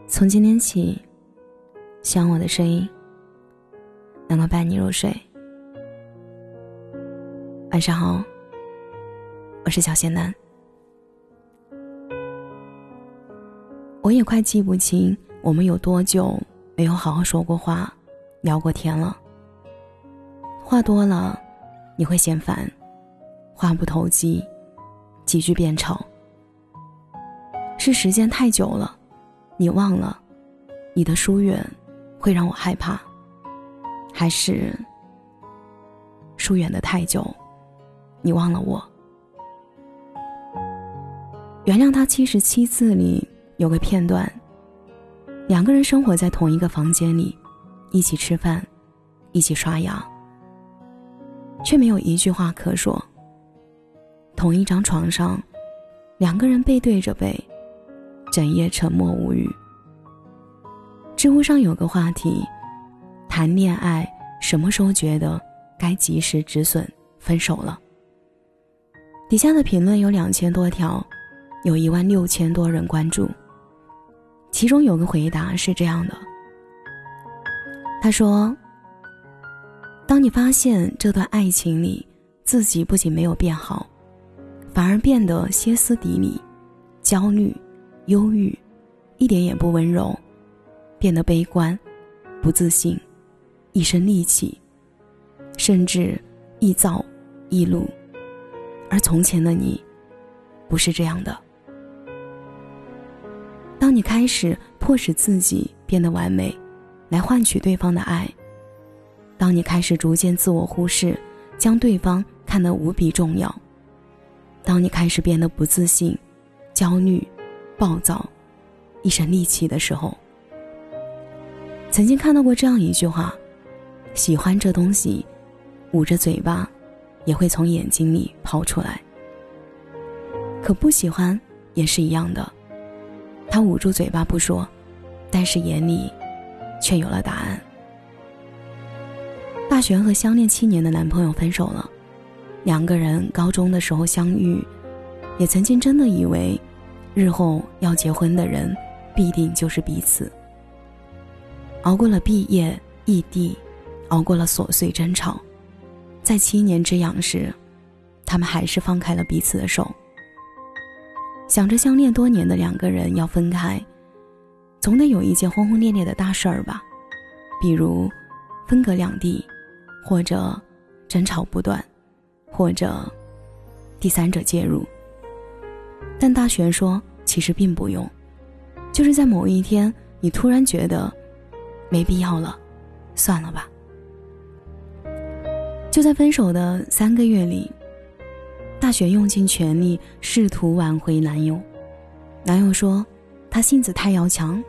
从今天起，希望我的声音能够伴你入睡。晚上好，我是小仙男。我也快记不清我们有多久没有好好说过话，聊过天了。话多了你会嫌烦，话不投机，几句便吵。是时间太久了，你忘了你的疏远会让我害怕，还是疏远的太久，你忘了我？原谅他77字里有个片段，两个人生活在同一个房间里，一起吃饭，一起刷牙，却没有一句话可说。同一张床上，两个人背对着背，整夜沉默无语。知乎上有个话题，谈恋爱什么时候觉得该及时止损分手了？底下的评论有2000多条，有16000多人关注。其中有个回答是这样的，他说，当你发现这段爱情里自己不仅没有变好，反而变得歇斯底里，焦虑、忧郁，一点也不温柔，变得悲观、不自信，一身戾气，甚至易躁易怒，而从前的你不是这样的。当你开始迫使自己变得完美来换取对方的爱，当你开始逐渐自我忽视，将对方看得无比重要，当你开始变得不自信、焦虑、暴躁，一身戾气的时候，曾经看到过这样一句话，喜欢这东西捂着嘴巴也会从眼睛里跑出来，可不喜欢也是一样的，他捂住嘴巴不说，但是眼里却有了答案。大学和相恋7年的男朋友分手了，两个人高中的时候相遇，也曾经真的以为日后要结婚的人必定就是彼此。熬过了毕业、异地，熬过了琐碎争吵，在7年之痒时，他们还是放开了彼此的手。想着相恋多年的两个人要分开，总得有一件轰轰烈烈的大事儿吧，比如分隔两地，或者争吵不断，或者第三者介入。但大玄说其实并不用，就是在某一天你突然觉得没必要了，算了吧。就在分手的3个月里，大玄用尽全力试图挽回男友。男友说他性子太要强，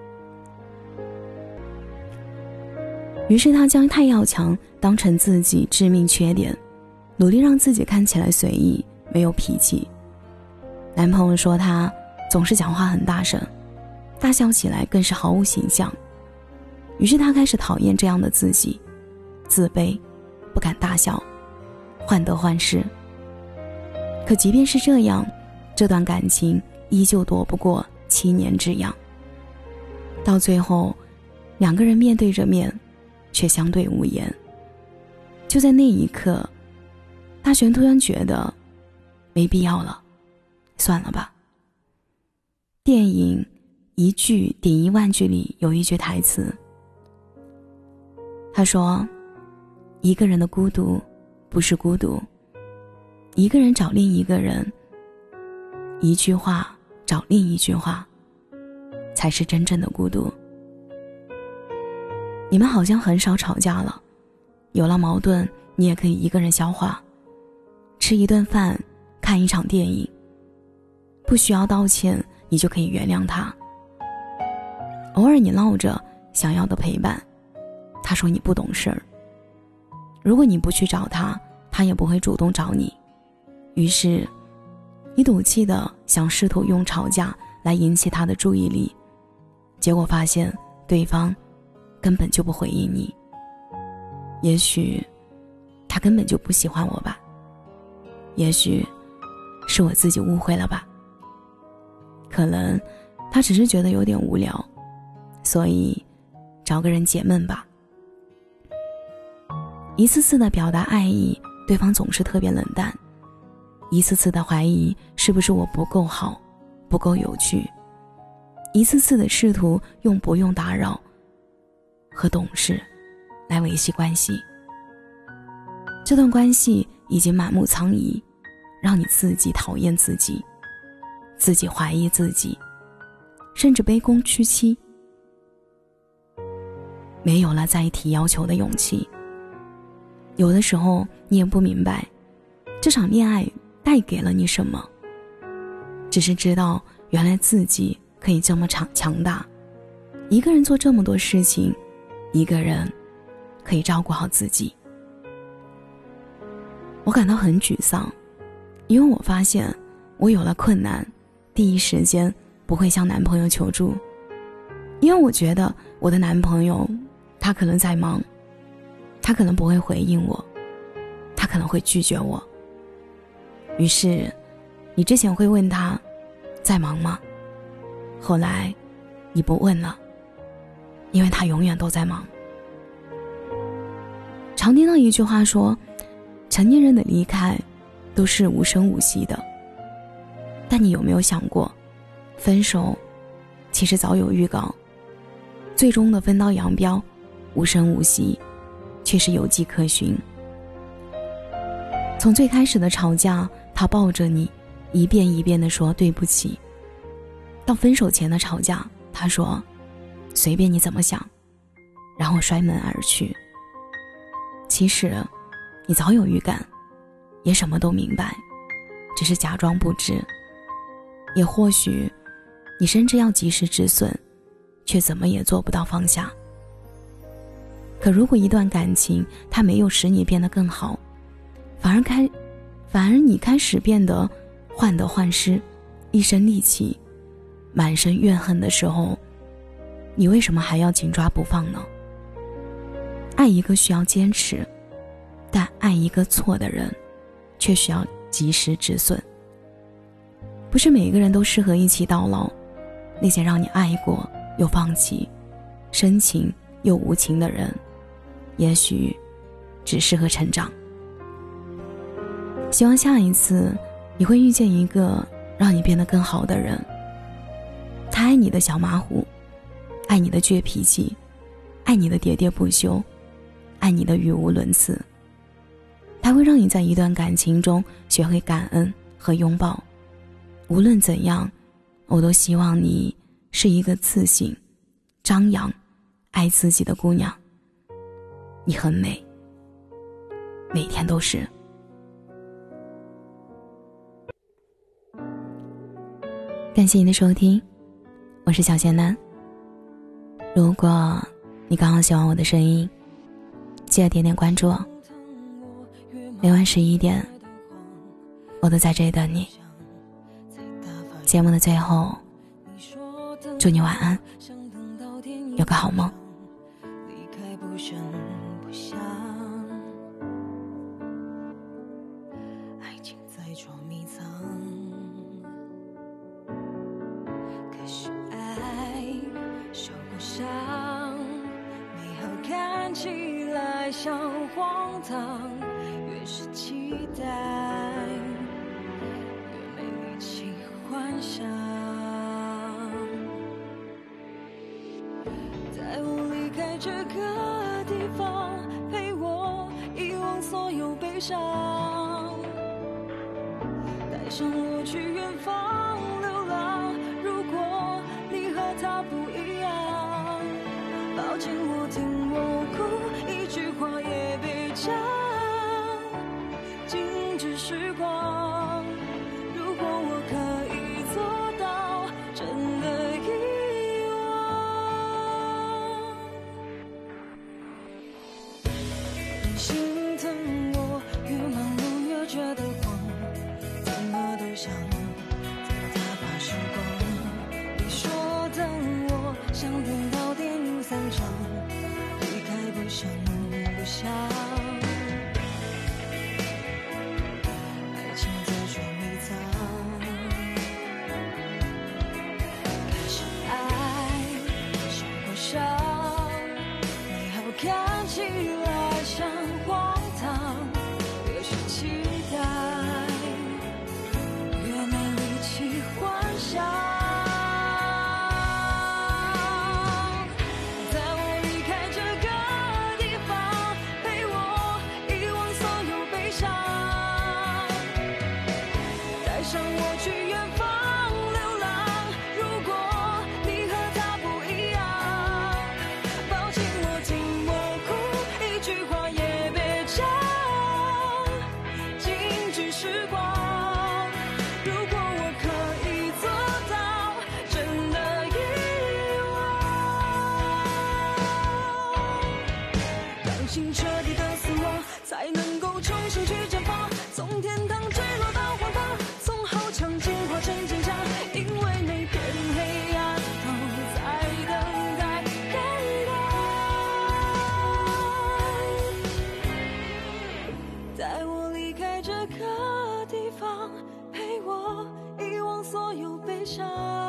于是他将太要强当成自己致命缺点，努力让自己看起来随意，没有脾气。男朋友说他总是讲话很大声，大笑起来更是毫无形象。于是他开始讨厌这样的自己，自卑，不敢大笑，患得患失。可即便是这样，这段感情依旧躲不过7年之痒。到最后，两个人面对着面，却相对无言。就在那一刻，大玄突然觉得没必要了，算了吧。电影《一句顶1万句》里有一句台词，他说，一个人的孤独不是孤独，一个人找另一个人，一句话找另一句话，才是真正的孤独。你们好像很少吵架了，有了矛盾你也可以一个人消化，吃一顿饭，看一场电影，不需要道歉你就可以原谅他。偶尔你闹着想要的陪伴，他说你不懂事儿。如果你不去找他，他也不会主动找你。于是你赌气的想试图用吵架来引起他的注意力，结果发现对方根本就不回应你。也许他根本就不喜欢我吧，也许是我自己误会了吧，可能他只是觉得有点无聊， 所以找个人解闷吧。一次次的表达爱意，对方总是特别冷淡，一次次的怀疑是不是我不够好，不够有趣，一次次的试图用不用打扰和懂事来维系关系。这段关系已经满目疮痍，让你自己讨厌自己，自己怀疑自己，甚至卑躬屈膝，没有了再提要求的勇气。有的时候你也不明白这场恋爱带给了你什么，只是知道原来自己可以这么强大，一个人做这么多事情，一个人可以照顾好自己。我感到很沮丧，因为我发现我有了困难，第一时间不会向男朋友求助，因为我觉得我的男朋友他可能在忙，他可能不会回应我，他可能会拒绝我。于是你之前会问他在忙吗？后来你不问了，因为他永远都在忙。常听到一句话说，成年人的离开都是无声无息的，但你有没有想过，分手其实早有预告，最终的分道扬镳，无声无息，却是有迹可循。从最开始的吵架，他抱着你一遍一遍地说对不起，到分手前的吵架，他说随便你怎么想，然后摔门而去。其实你早有预感，也什么都明白，只是假装不知。也或许你深知要及时止损，却怎么也做不到放下。可如果一段感情它没有使你变得更好，反而你开始变得患得患失，一身戾气，满身怨恨的时候，你为什么还要紧抓不放呢？爱一个需要坚持，但爱一个错的人却需要及时止损。不是每个人都适合一起到老，那些让你爱过又放弃，深情又无情的人，也许只适合成长。希望下一次你会遇见一个让你变得更好的人，他爱你的小马虎，爱你的倔脾气，爱你的喋喋不休，爱你的语无伦次。他会让你在一段感情中学会感恩和拥抱。无论怎样，我都希望你是一个自信、张扬、爱自己的姑娘。你很美，每天都是。感谢你的收听，我是小仙男。如果你刚好喜欢我的声音，记得点点关注哦。每晚11点，我都在这里等你。节目的最后，祝你晚安，有个好梦。离开不声不响，爱情在捉迷藏，可是爱受过伤，美好看起来像荒唐，越是期待越没力气幻想。带我离开这个地方，陪我遗忘所有悲伤，带上我去远方流浪。如果你和他不一样，抱紧我听我哭，一句话也别讲，静止时光。如果我可以做到真的遗忘，你心疼我，越忙碌越觉得慌，怎么都想再打发时光。你说等我，想等到电影散场，离开不声不响。爱情在捉迷藏， 时光。如果我可以做到真的遗忘，让心彻底的死亡，才能够重新去绽放，从天堂坠落到荒唐，从好强进化成坚强，因为每片黑暗都在等待改变。带我离开这个地方，陪我遗忘所有悲伤，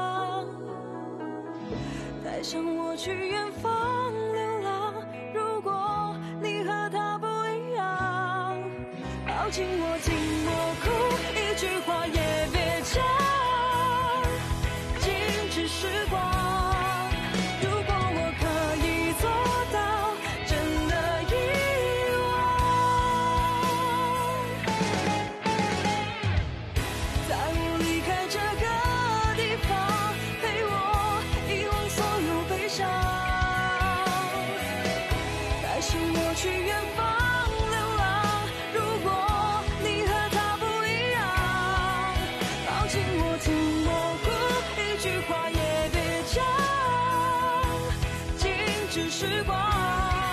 带上我去远方流浪。如果你和他不一样，抱紧我，听我哭，一句话也别讲，静止时光。如果我可以做到真的遗忘，带我离开这个地方，陪我遗忘所有悲伤，带上我去远方流浪。如果你和他不一样，抱紧我，听我哭，一句话也别讲，静止时光。